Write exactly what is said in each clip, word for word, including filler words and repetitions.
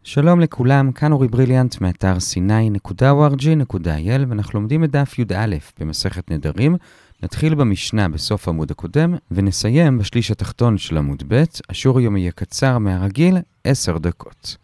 שלום לכולם, כאן אורי בריליאנט מאתר סיני נקודה או אר ג'י נקודה איי אל ואנחנו לומדים את דף י"א במסכת נדרים. נתחיל במשנה בסוף עמוד הקודם ונסיים בשליש התחתון של עמוד ב'. השיעור היום יהיה קצר מהרגיל, עשר דקות.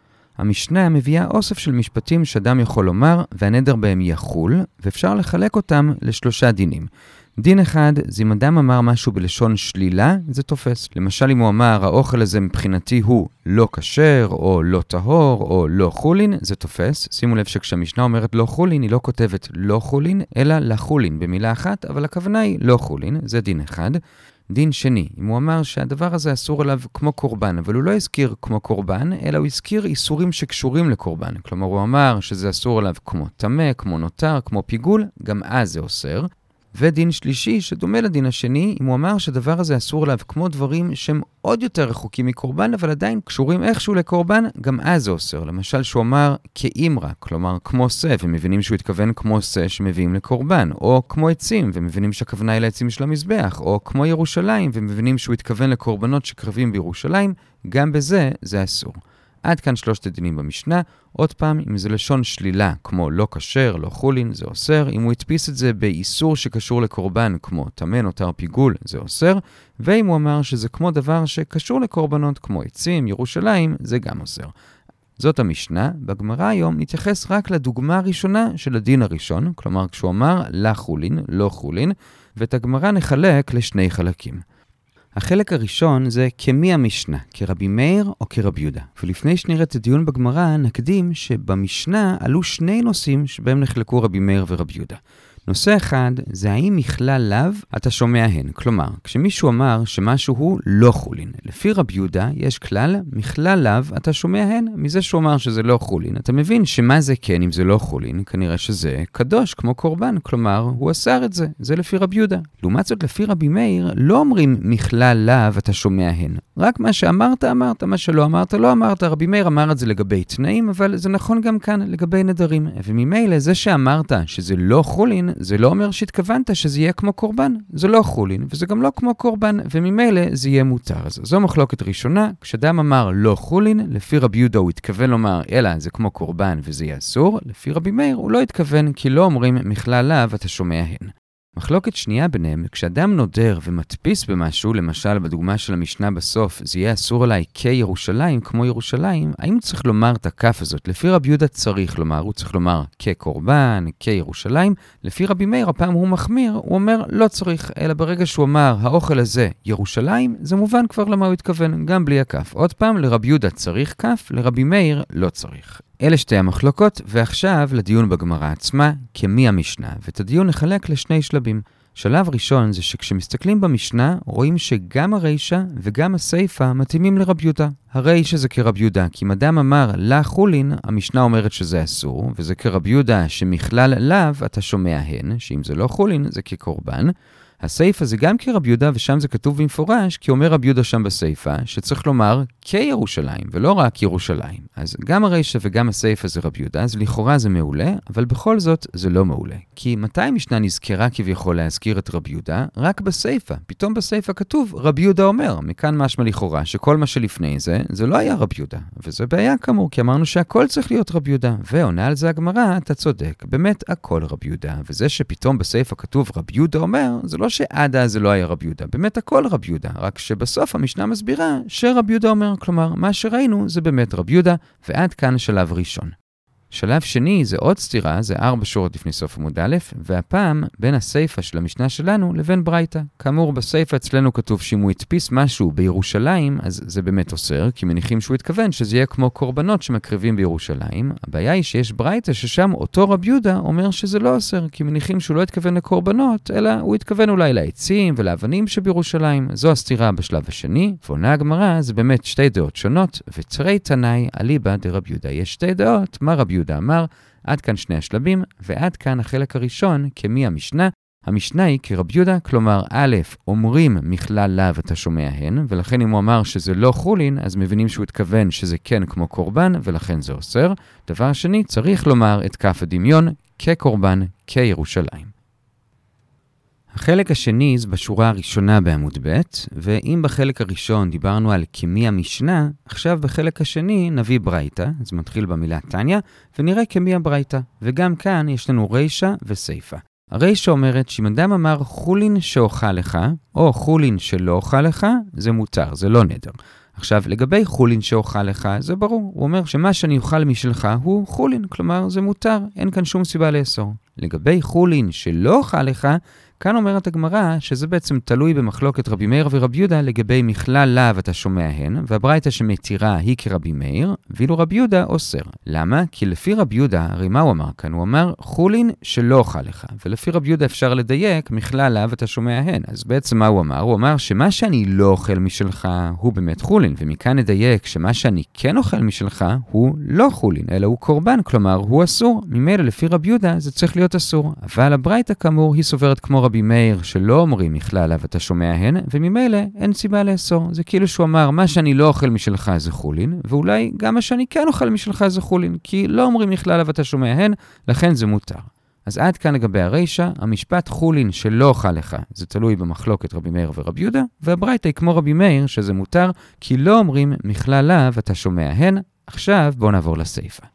המשנה מביאה אוסף של משפטים שאדם יכול לומר והנדר בהם יחול, ואפשר לחלק אותם לשלושה דינים. דין אחד, זה אם אדם אמר משהו בלשון שלילה, זה תופס. למשל, אם הוא אמר, האוכל הזה מבחינתי הוא לא כשר, או לא טהור, או לא חולין, זה תופס. שימו לב שכשהמשנה אומרת לא חולין, היא לא כותבת לא חולין, אלא לחולין במילה אחת, אבל הכוונה היא לא חולין, זה דין אחד. דין שני, אם הוא אמר שהדבר הזה אסור עליו כמו קורבן, אבל הוא לא הזכיר כמו קורבן, אלא הוא הזכיר איסורים שקשורים לקורבן. כלומר, הוא אמר שזה אסור עליו כמו טמא, כמו נותר, כמו פיגול, גם אז זה אוסר. ודין שלישי, שדומה לדין השני, אם הוא אמר שדבר הזה אסור עליו כמו דברים שהם עוד יותר רחוקים מקורבן, אבל עדיין קשורים איכשהו לקורבן, גם אז זה אוסר. למשל שהוא אמר כאימרה, כלומר כמו שא, ומבינים שהוא התכוון כמו שא שמביאים לקורבן, או כמו עצים, ומבינים שהכוונה היא לעצים של המזבח, או כמו ירושלים, ומבינים שהוא התכוון לקורבנות שקרבים בירושלים, גם בזה זה אסור. עד כאן שלושת הדינים במשנה. עוד פעם, אם זה לשון שלילה, כמו לא כשר, לא חולין, זה אוסר. אם הוא הדפיס את זה באיסור שקשור לקורבן, כמו טמא, נותר, פיגול, זה אוסר. ואם הוא אמר שזה כמו דבר שקשור לקורבנות, כמו עצים, ירושלים, זה גם אוסר. זאת המשנה. בגמרא היום נתייחס רק לדוגמה הראשונה של הדין הראשון, כלומר כשהוא אמר לא חולין, לא חולין, ואת הגמרא נחלק לשני חלקים. החלק הראשון זה כמי המשנה, כרבי מאיר או כרבי יהודה. ולפני שנראה את הדיון בגמרא, נקדים שבמשנה עלו שני נושאים שבהם נחלקו רבי מאיר ורבי יהודה. נושא אחד זה האם מכלל לאו אתה שומע הן. כלומר, כשמישהו אמר שמשהו הוא לא חולין, לפי רבי יהודה יש כלל מכלל לאו אתה שומע הן. מזה שהוא אמר שזה לא חולין, אתה מבין שמה זה כן אם זה לא חולין, כנראה שזה קדוש כמו קורבן, כלומר הוא אסר את זה. זה לפי רבי יהודה. לעומת זאת לפי רבי מאיר לא אומרים מכלל לאו אתה שומע הן. רק מה שאמרת אמרת, מה שלא אמרת לא אמרת. רבי מאיר אמר את זה לגבי תנאים, אבל זה נכון גם כאן לגבי נדרים. וממילא זה שאמרת שזה לא חולין, זה לא אומר שהתכוונת שזה יהיה כמו קורבן. זה לא חולין, וזה גם לא כמו קורבן, וממילא זה יהיה מותר. אז זו מחלוקת ראשונה. כשאדם אמר לא חולין, לפי רבי יהודה הוא התכוון לומר, אלא זה כמו קורבן וזה יהיה אסור. לפי רבי מאיר הוא לא התכוון, כי לא אומרים מכלל לאו אתה שומע הן. מחלוקת שנייה ביניהם, כשאדם נודר ומדפיס במשהו, למשל בדוגמה של המשנה בסוף, זה יהיה אסור עליי כירושלים, כמו ירושלים, האם הוא צריך לומר את הכף הזאת? לפי רבי יהודה צריך לומר, הוא צריך לומר כקורבן, כירושלים. לפי רבי מאיר, הפעם הוא מחמיר, הוא אומר לא צריך, אלא ברגע שהוא אמר האוכל הזה ירושלים, זה מובן כבר למה הוא התכוון, גם בלי הכף. עוד פעם, לרבי יהודה צריך כף, לרבי מאיר לא צריך. אלה שתי המחלוקות, ועכשיו לדיון בגמרא עצמה, כמי המשנה, ואת הדיון נחלק לשני שלבים. שלב ראשון זה שכשמסתכלים במשנה, רואים שגם הרישה וגם הסיפה מתאימים לרבי יהודה. הרישה זה כרבי יהודה, כי אם אדם אמר לא חולין, המשנה אומרת שזה אסור, וזה כרבי יהודה שמכלל לאו אתה שומע הן, שאם זה לא חולין זה כקורבן. הסייפה זה גם כרבי יהודה, ושם זה כתוב במפורש, כי אומר רבי יהודה שם בסייפה, שצריך לומר כירושלים, ולא רק ירושלים. אז גם הרישה וגם הסייפה זה רבי יהודה, אז לכאורה זה מעולה, אבל בכל זאת זה לא מעולה. כי מתי המשנה נזכרה כביכול להזכיר את רבי יהודה? רק בסייפה. פתאום בסייפה כתוב, רבי יהודה אומר. מכאן משמע לכאורה, שכל מה שלפני זה, זה לא היה רבי יהודה. וזה בעיה כאמור, כי אמרנו שהכל צריך להיות רבי יהודה. ועונה על זה הגמרא, אתה צודק. באמת הכל רבי יהודה. וזה שפתאום בסייפה כתוב רבי יהודה אומר, זה לא שעד אז זה לא היה רבי יהודה. באמת הכל רבי יהודה. רק שבסוף המשנה מסבירה שרבי יהודה אומר. כלומר, מה שראינו זה באמת רבי יהודה, ועד כאן שלב ראשון. שלב שני זה עוד סתירה, זה ארבע שורות לפני סוף עמוד א', והפעם בין הסייפה של המשנה שלנו לבין ברייתא. כאמור, בסייפה אצלנו כתוב שאם הוא הדפיס משהו בירושלים, אז זה באמת אוסר, כי מניחים שהוא התכוון שזה יהיה כמו קורבנות שמקריבים בירושלים. הבעיה היא שיש ברייתא ששם אותו רבי יהודה אומר שזה לא אוסר, כי מניחים שהוא לא התכוון לקורבנות, אלא הוא התכוון אולי לעצים ולאבנים שבירושלים. זו הסתירה בשלב השני, ועונה הגמרא זה באמת שתי דעות שונות, ותרי תנאי אליבא דרבי יהודה. יש שתי דעות, מה רבי יהודה אמר, עד כאן שני השלבים, ועד כאן החלק הראשון, כמי המשנה. המשנה היא כרבי יהודה, כלומר, א', אומרים מכלל לאו אתה שומע הן, ולכן אם הוא אמר שזה לא חולין, אז מבינים שהוא התכוון שזה כן כמו קורבן, ולכן זה אוסר. דבר שני, צריך לומר את כף הדמיון כקורבן, כירושלים. החלק השני זה בשורה הראשונה בעמוד ב', ואם בחלק הראשון דיברנו על כמי המשנה, עכשיו בחלק השני נביא ברייתא, אז מתחיל במילה תניא, ונראה כמי הברייתא, וגם כאן יש לנו רישא וסייפא. הרישא אומרת שאם אדם אמר חולין שאוכל לך, או חולין שלא אוכל לך, זה מותר, זה לא נדר. עכשיו, לגבי חולין שאוכל לך, זה ברור. הוא אומר שמה שאני אוכל משלך הוא חולין, כלומר זה מותר, אין כאן שום סיבה לאסור. לגבי חולין שלא אוכל לך, כאן אומרת הגמרא שזה בעצם תלוי במחלוקת רבי מאיר ורבי יהודה לגבי מכלל לאו אתה שומע הן, והברייתא שמתירה היא כרבי מאיר, ואילו רבי יהודה אוסר. למה? כי לפי רבי יהודה, הרי מה הוא אמר כאן? הוא אמר חולין שלא אוכל לך, ולפי רבי יהודה אפשר לדייק מכלל לאו אתה שומע הן. אז בעצם מה הוא אמר? הוא אמר שמה שאני לא אוכל משלך הוא באמת חולין, ומכאן נדייק שמה שאני כן אוכל משלך הוא לא חולין, אלא הוא קורבן, כלומר הוא אסור. ממילא לפי רבי יהודה זה צריך להיות אסור. אבל הברייתא כאמור היא סוברת כמו רבי מאיר שלא אומרים מכלל לאו אתה שומע הן, וממילא אין סיבה לאסור. זה כאילו שהוא אמר מה שאני לא אוכל משלך זה חולין, ואולי גם מה שאני כן אוכל משלך זה חולין, כי לא אומרים מכלל לאו אתה שומע הן, לכן זה מותר. אז עד כאן לגבי הרישא, המשפט חולין שלא אוכל לך, זה תלוי במחלוקת רבי מאיר ורבי יהודה, והברייתא היא כמו רבי מאיר שזה מותר, כי לא אומרים מכלל לאו אתה שומע הן. עכשיו בואו נעבור לסייפא.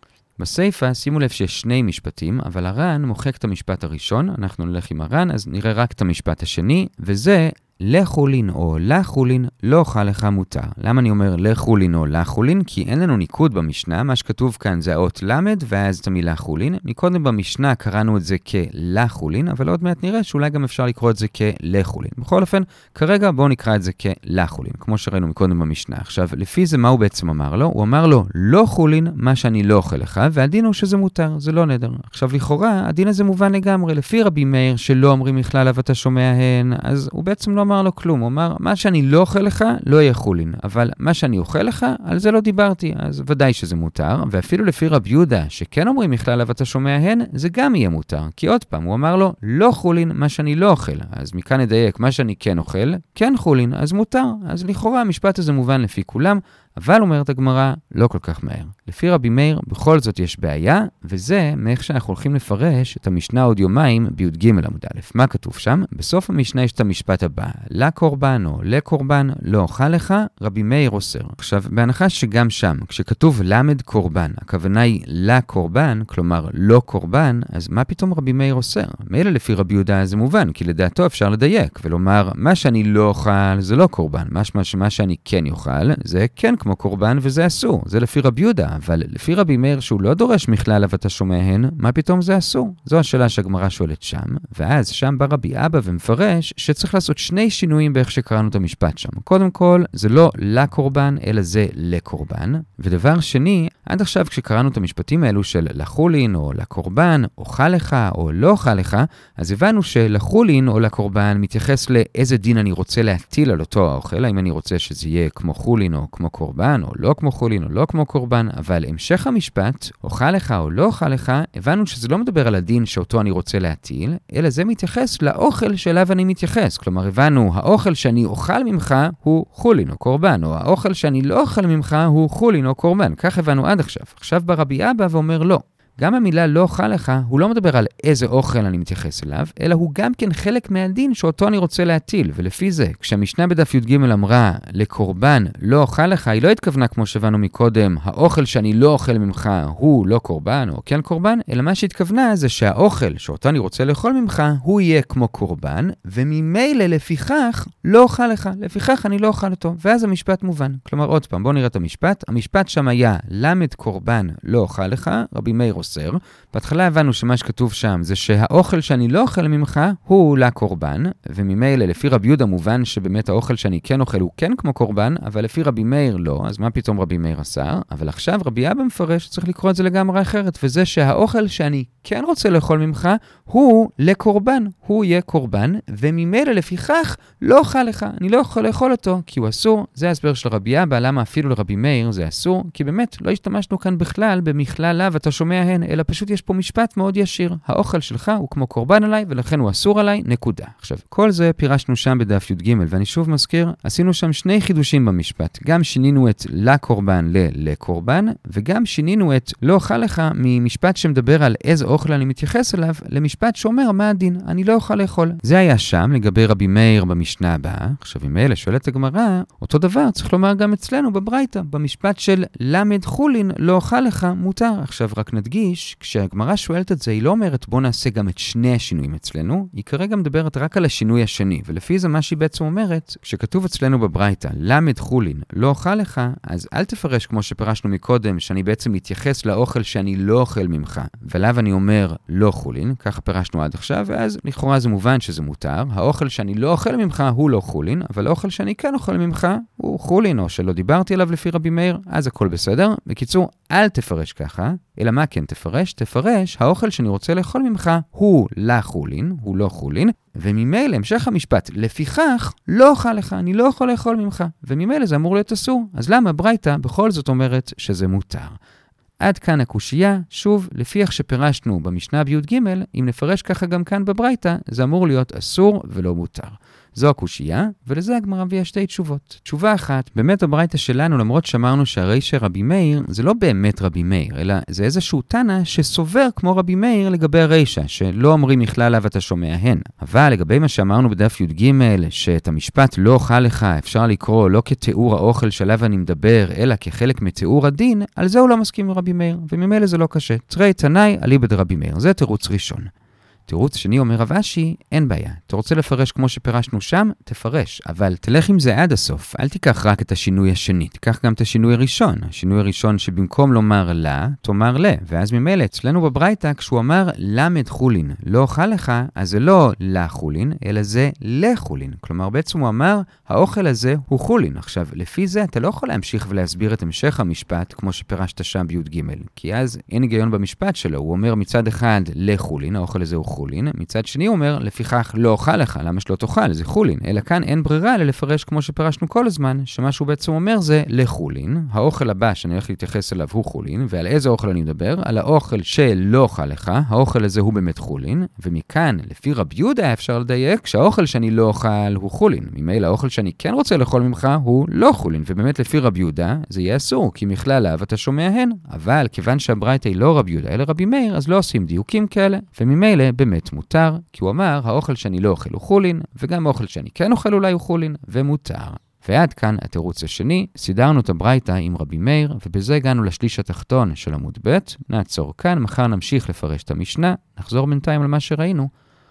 בסייפא שימו לב שיש שני משפטים, אבל הר"ן מוחק את המשפט הראשון, אנחנו נלך עם הר"ן, אז נראה רק את המשפט השני, וזה לחולין או לחולין לא אוכל לך מותר. למה אני אומר לחולין או לחולין? כי אין לנו ניקוד במשנה, מה שכתוב כאן זה האות למד ואז את המילה חולין. מקודם במשנה קראנו את זה כלחולין, אבל עוד מעט נראה שאולי גם אפשר לקרוא את זה כלחולין. בכל אופן, כרגע בואו נקרא את זה כלחולין, כמו שראינו מקודם במשנה. עכשיו, לפי זה מה הוא בעצם אמר לו? הוא אמר לו לא חולין, מה שאני לא אוכל לך, והדין הוא שזה מותר, זה לא נדר. עכשיו לכאורה, הדין הזה מובן לגמרי. לפי רבי מאיר שלא אומרים מכלל לאו אתה שומע הן, אז הוא בעצם לא אמר לו כלום, הוא אמר, מה שאני לא אוכל לך, לא יהיה חולין, אבל מה שאני אוכל לך, על זה לא דיברתי, אז ודאי שזה מותר, ואפילו לפי רבי יהודה, שכן אומרים מכלל לאו אתה שומע הן, זה גם יהיה מותר, כי עוד פעם, הוא אמר לו, לא חולין, מה שאני לא אוכל, אז מכאן נדייק, מה שאני כן אוכל, כן חולין, אז מותר, אז לכאורה המשפט הזה מובן לפי כולם, אבל אומרת הגמרא, לא כל כך מהר. לפי רבי מאיר, בכל זאת יש בעיה, וזה מאיך שאנחנו הולכים לפרש את המשנה עוד יומיים בי"ג עמוד א'. מה כתוב שם? בסוף המשנה יש את המשפט הבא, לקורבן או לקורבן, לא אוכל לך, רבי מאיר אוסר. עכשיו, בהנחה שגם שם, כשכתוב למד קורבן, הכוונה היא לקורבן, כלומר לא קורבן, אז מה פתאום רבי מאיר אוסר? מילא לפי רבי יהודה זה מובן, כי לדעתו אפשר לדייק, ולומר, מה שאני לא אוכל זה לא קורבן, משמע שמה שאני כן יאכל, זה כן כמו קורבן וזה אסור. זה לפי רבי יהודה, אבל לפי רבי מאיר שהוא לא דורש מכלל לאו אתה שומע הן, מה פתאום זה אסור? זו השאלה שהגמרא שואלת שם, ואז שם בא רבי אבא ומפרש שצריך לעשות שני שינויים באיך שקראנו את המשפט שם. קודם כל, זה לא לקורבן, אלא זה לקורבן. ודבר שני, עד עכשיו כשקראנו את המשפטים האלו של לחולין או לקורבן, אוכל לך או לא אוכל לך, אז הבנו שלחולין או לקורבן מתייחס לאיזה דין אני רוצה להטיל על אותו האוכל, האם אני רוצה שזה יהיה כמו חולין או כמו קורבן, או לא כמו חולין או לא כמו קורבן, אבל המשך המשפט, אוכל לך או לא אוכל לך, הבנו שזה לא מדבר על הדין שאותו אני רוצה להטיל, אלא זה מתייחס לאוכל שאליו אני מתייחס. כלומר, הבנו, האוכל שאני אוכל ממך הוא חולין או קורבן, או האוכל שאני לא אוכל ממך הוא חולין או קורבן. כך הבנו עד עכשיו. עכשיו בא רבי אבא ואומר לא. גם המילה לא אוכל לך, הוא לא מדבר על איזה אוכל אני מתייחס אליו, אלא הוא גם כן חלק מהדין שאותו אני רוצה להטיל. ולפי זה, כשהמשנה בדף י"ג אמרה לקורבן לא אוכל לך, היא לא התכוונה כמו שהבנו מקודם, האוכל שאני לא אוכל ממך הוא לא קורבן או כן קורבן, אלא מה שהתכוונה זה שהאוכל שאותו אני רוצה לאכול ממך, הוא יהיה כמו קורבן, וממילא לפיכך לא אוכל לך, לפיכך אני לא אוכל אותו. ואז המשפט מובן. כלומר, עוד פעם, בואו נראה את המשפט. המשפט שם היה למד קורבן לא אוכל לך, רבי מאיר אוסר. בהתחלה הבנו שמה שכתוב שם זה שהאוכל שאני לא אוכל ממך הוא לקורבן, וממילא לפי רבי יהודה מובן שבאמת האוכל שאני כן אוכל הוא כן כמו קורבן, אבל לפי רבי מאיר לא, אז מה פתאום רבי מאיר אסר? אבל עכשיו רבי אבא מפרש צריך לקרוא את זה לגמרי אחרת, וזה שהאוכל שאני כן רוצה לאכול ממך הוא לקורבן, הוא יהיה קורבן, וממילא לפיכך לא אוכל לך, אני לא יכול לאכול אותו כי הוא אסור. זה ההסבר של רבי אבא, למה אפילו לרבי מאיר זה אסור, כי באמת לא השתמשנו כאן בכלל במכלל לאו אתה שומע הן. הן, אלא פשוט יש פה משפט מאוד ישיר. האוכל שלך הוא כמו קורבן עליי, ולכן הוא אסור עליי, נקודה. עכשיו, כל זה פירשנו שם בדף י"ג, ואני שוב מזכיר, עשינו שם שני חידושים במשפט. גם שינינו את לקורבן ל-לקורבן, וגם שינינו את לא אוכל לך ממשפט שמדבר על איזה אוכל אני מתייחס אליו, למשפט שאומר מה הדין, אני לא אוכל לאכול. זה היה שם לגבי רבי מאיר במשנה הבאה. עכשיו, אם אלה שואלת הגמרא, אותו דבר צריך לומר גם אצלנו בברייתא, במשפט של למד חולין לא אוכל לך מותר. עכשיו רק נדגיש, כשהגמרא שואלת את זה, היא לא אומרת בוא נעשה גם את שני השינויים אצלנו, היא כרגע מדברת רק על השינוי השני, ולפי זה מה שהיא בעצם אומרת, כשכתוב אצלנו בברייתא, למד חולין לא אוכל לך, אז אל תפרש כמו שפרשנו מקודם, שאני בעצם מתייחס לאוכל שאני לא אוכל ממך, ולאו אני אומר לא חולין, ככה פרשנו עד עכשיו, ואז לכאורה זה מובן שזה מותר, האוכל שאני לא אוכל ממך הוא לא חולין, אבל האוכל שאני כן אוכל ממך הוא חולין, או שלא דיברתי עליו לפי רבי מאיר, אז הכל בסדר. בקיצור, אל תפרש ככה, אלא מה כן תפרש? תפרש, האוכל שאני רוצה לאכול ממך הוא לא חולין, הוא לא חולין, וממילא המשך המשפט, לפיכך לא אוכל לך, אני לא יכול לאכול ממך, וממילא זה אמור להיות אסור. אז למה ברייתא בכל זאת אומרת שזה מותר? עד כאן הקושייה, שוב, לפי איך שפירשנו במשנה בי"ג, אם נפרש ככה גם כאן בברייתא, זה אמור להיות אסור ולא מותר. זו הקושייה, ולזה הגמרא מביאה שתי תשובות. תשובה אחת, באמת הברייתא שלנו, למרות שאמרנו שהרישא רבי מאיר, זה לא באמת רבי מאיר, אלא זה איזשהו תנא שסובר כמו רבי מאיר לגבי הרישא, שלא אומרים מכלל לאו אתה שומע הן. אבל לגבי מה שאמרנו בדף י"ג, שאת המשפט לא אוכל לך, אפשר לקרוא לא כתיאור האוכל שעליו אני מדבר, אלא כחלק מתיאור הדין, על זה הוא לא מסכים עם רבי מאיר, וממילא זה לא קשה. תראי תנאי אליבא דרבי מאיר, זה תירוץ ראשון. תירוץ שני אומר רב אשי, אין בעיה. אתה רוצה לפרש כמו שפירשנו שם? תפרש. אבל תלך עם זה עד הסוף. אל תיקח רק את השינוי השני. תיקח גם את השינוי הראשון. השינוי הראשון שבמקום לומר לה, תאמר לה. ואז ממילא, אצלנו בברייתא, כשהוא אמר למד חולין, לא אוכל לך, אז זה לא לה חולין, אלא זה לחולין. כלומר, בעצם הוא אמר, האוכל הזה הוא חולין. עכשיו, לפי זה, אתה לא יכול להמשיך ולהסביר את המשך המשפט, כמו שפירשת שם בי"ג. כי אז אין היגיון במשפט שלו. הוא אומר מצד אחד לחולין, האוכל הזה הוא חולין. מצד שני הוא אומר, לפיכך לא אוכל לך, למה שלא תאכל? זה חולין. אלא כאן אין ברירה אלא לפרש כמו שפרשנו כל הזמן, שמה שהוא בעצם אומר זה לחולין. האוכל הבא שאני הולך להתייחס אליו הוא חולין, ועל איזה אוכל אני מדבר? על האוכל שלא אוכל לך, האוכל הזה הוא באמת חולין, ומכאן, לפי רבי יהודה אפשר לדייק, שהאוכל שאני לא אוכל הוא חולין. ממילא האוכל שאני כן רוצה לאכול ממך הוא לא חולין, ובאמת לפי רבי יהודה זה יהיה אסור, כי מכלל לאו אתה שומע הן. אבל כיוון שהברייתא היא לא רבי יהודה אלא רבי מאיר, אז לא עושים דיוקים כאלה, וממילא באמת מותר, כי הוא אמר, האוכל שאני לא אוכל הוא חולין, וגם האוכל שאני כן אוכל אולי הוא חולין, ומותר. ועד כאן התירוץ השני, סידרנו את הברייתא עם רבי מאיר, ובזה הגענו לשליש התחתון של עמוד ב'. נעצור כאן, מחר נמשיך לפרש את המשנה, נחזור בינתיים על מה שראינו.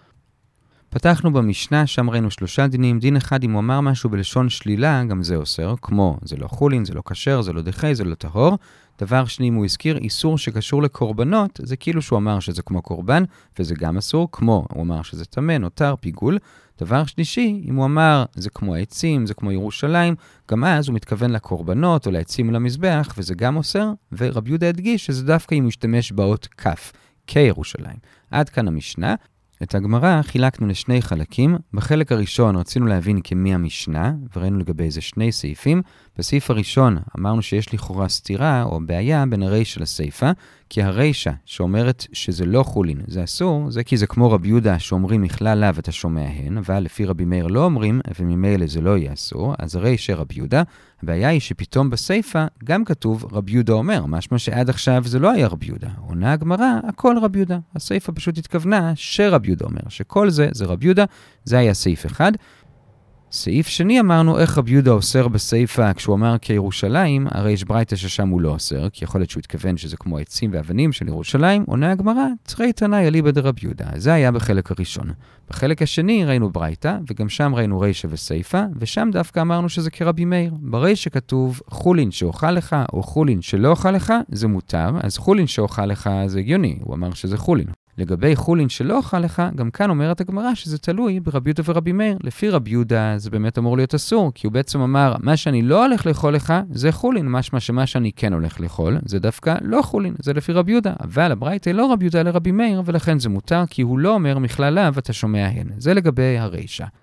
פתחנו במשנה, שם ראינו שלושה דינים, דין אחד אם הוא אמר משהו בלשון שלילה, גם זה אוסר, כמו זה לא חולין, זה לא כשר, זה לא דחי, זה לא טהור. דבר שני, אם הוא הזכיר איסור שקשור לקורבנות, זה כאילו שהוא אמר שזה כמו קורבן, וזה גם אסור, כמו הוא אמר שזה טמא, נותר, פיגול. דבר שלישי, אם הוא אמר זה כמו העצים, זה כמו ירושלים, גם אז הוא מתכוון לקורבנות או לעצים למזבח, וזה גם אוסר, ורבי יהודה הדגיש שזה דווקא אם הוא ישתמש באות כף, כירושלים. עד כאן המשנה. את הגמרא חילקנו לשני חלקים. בחלק הראשון רצינו להבין כמי המשנה, וראינו לגבי איזה שני סעיפים. בסעיף הראשון אמרנו שיש לכאורה סתירה או בעיה בין הרישא לסייפה, כי הרישא שאומרת שזה לא חולין, זה אסור, זה כי זה כמו רבי יהודה שאומרים מכלל לאו אתה שומע הן, אבל לפי רבי מאיר לא אומרים, וממילא זה לא יהיה אסור, אז הרישא רבי יהודה. הבעיה היא שפתאום בסייפה גם כתוב רבי יהודה אומר, משמע שעד עכשיו זה לא היה רבי יהודה. עונה הגמרא, הכל רבי יהודה. הסייפה פשוט התכוונה שרבי יהודה אומר, שכל זה זה רבי יהודה, זה היה סעיף אחד. סעיף שני אמרנו איך רבי יהודה אוסר בסייפה כשהוא אמר כירושלים, הרי יש ברייתא ששם הוא לא אוסר, כי יכול להיות שהוא התכוון שזה כמו עצים ואבנים של ירושלים. עונה הגמרא, תראי תנאי אליבא דרבי יהודה. זה היה בחלק הראשון. בחלק השני ראינו ברייתא, וגם שם ראינו רישא וסייפה, ושם דווקא אמרנו שזה כרבי מאיר. ברישא כתוב חולין שאוכל לך, או חולין שלא אוכל לך, זה מותר, אז חולין שאוכל לך זה הגיוני, הוא אמר שזה חולין. לגבי חולין שלא אוכל לך, גם כאן אומרת הגמרא שזה תלוי ברבי יהודה ורבי מאיר. לפי רבי יהודה זה באמת אמור להיות אסור, כי הוא בעצם אמר, מה שאני לא הולך לאכול לך זה חולין, משמע שמה שאני כן הולך לאכול זה דווקא לא חולין, זה לפי רבי יהודה. אבל הברייתא לא רבי יהודה אלא רבי מאיר, ולכן זה מותר, כי הוא לא אומר מכלל לאו אתה שומע הן. זה לגבי הרישא.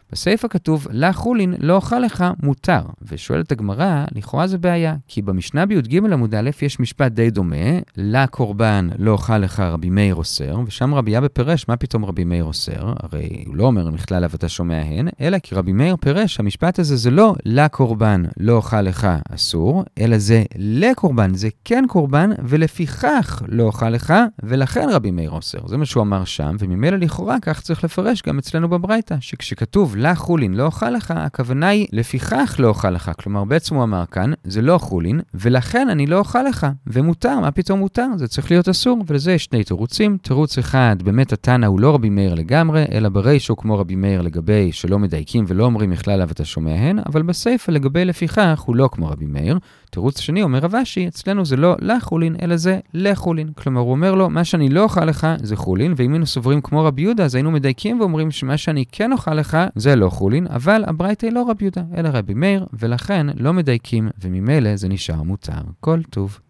בסעיף הכתוב, לה חולין לא אוכל לך מותר. ושואלת הגמרא, לכאורה זה בעיה, כי במשנה בי"ג עמוד א' יש משפט די דומה, לה קורבן לא אוכל לך רבי מאיר אוסר, ושם רבי אבא פירש, מה פתאום רבי מאיר אוסר? הרי הוא לא אומר בכלל אתה שומע הן, אלא כי רבי מאיר פירש, המשפט הזה זה לא לה קורבן לא אוכל לך אסור, אלא זה לקורבן, זה כן קורבן, ולפיכך לא אוכל לך, ולכן רבי מאיר אוסר. זה מה שהוא אמר שם, וממילא לכאורה כך צריך לפרש גם אצלנו בברייתא, שכשכתוב לה חולין לא אוכל לך, הכוונה היא לפיכך לא אוכל לך. כלומר, בעצם הוא אמר כאן, זה לא חולין, ולכן אני לא אוכל לך. ומותר, מה פתאום מותר? זה צריך להיות אסור, ולזה יש שני תירוצים. תירוץ אחד, באמת התנא הוא לא רבי מאיר לגמרי, אלא ברישו כמו רבי מאיר לגבי שלא מדייקים ולא אומרים בכלל ואתה שומע הן, אבל בסייפה לגבי לפיכך הוא לא כמו רבי מאיר. תירוץ שני אומר רב אשי, אצלנו זה לא לחולין, אלא זה לחולין. כלומר, הוא אומר לו, מה שאני לא אוכל לך זה חולין, ואם היינו סוברים כמו רבי יהודה, אז היינו מדייקים ואומרים שמה שאני כן אוכל לך זה לא חולין, אבל הברייתא היא לא רבי יהודה, אלא רבי מאיר, ולכן לא מדייקים, וממילא זה נשאר מותר. כל טוב.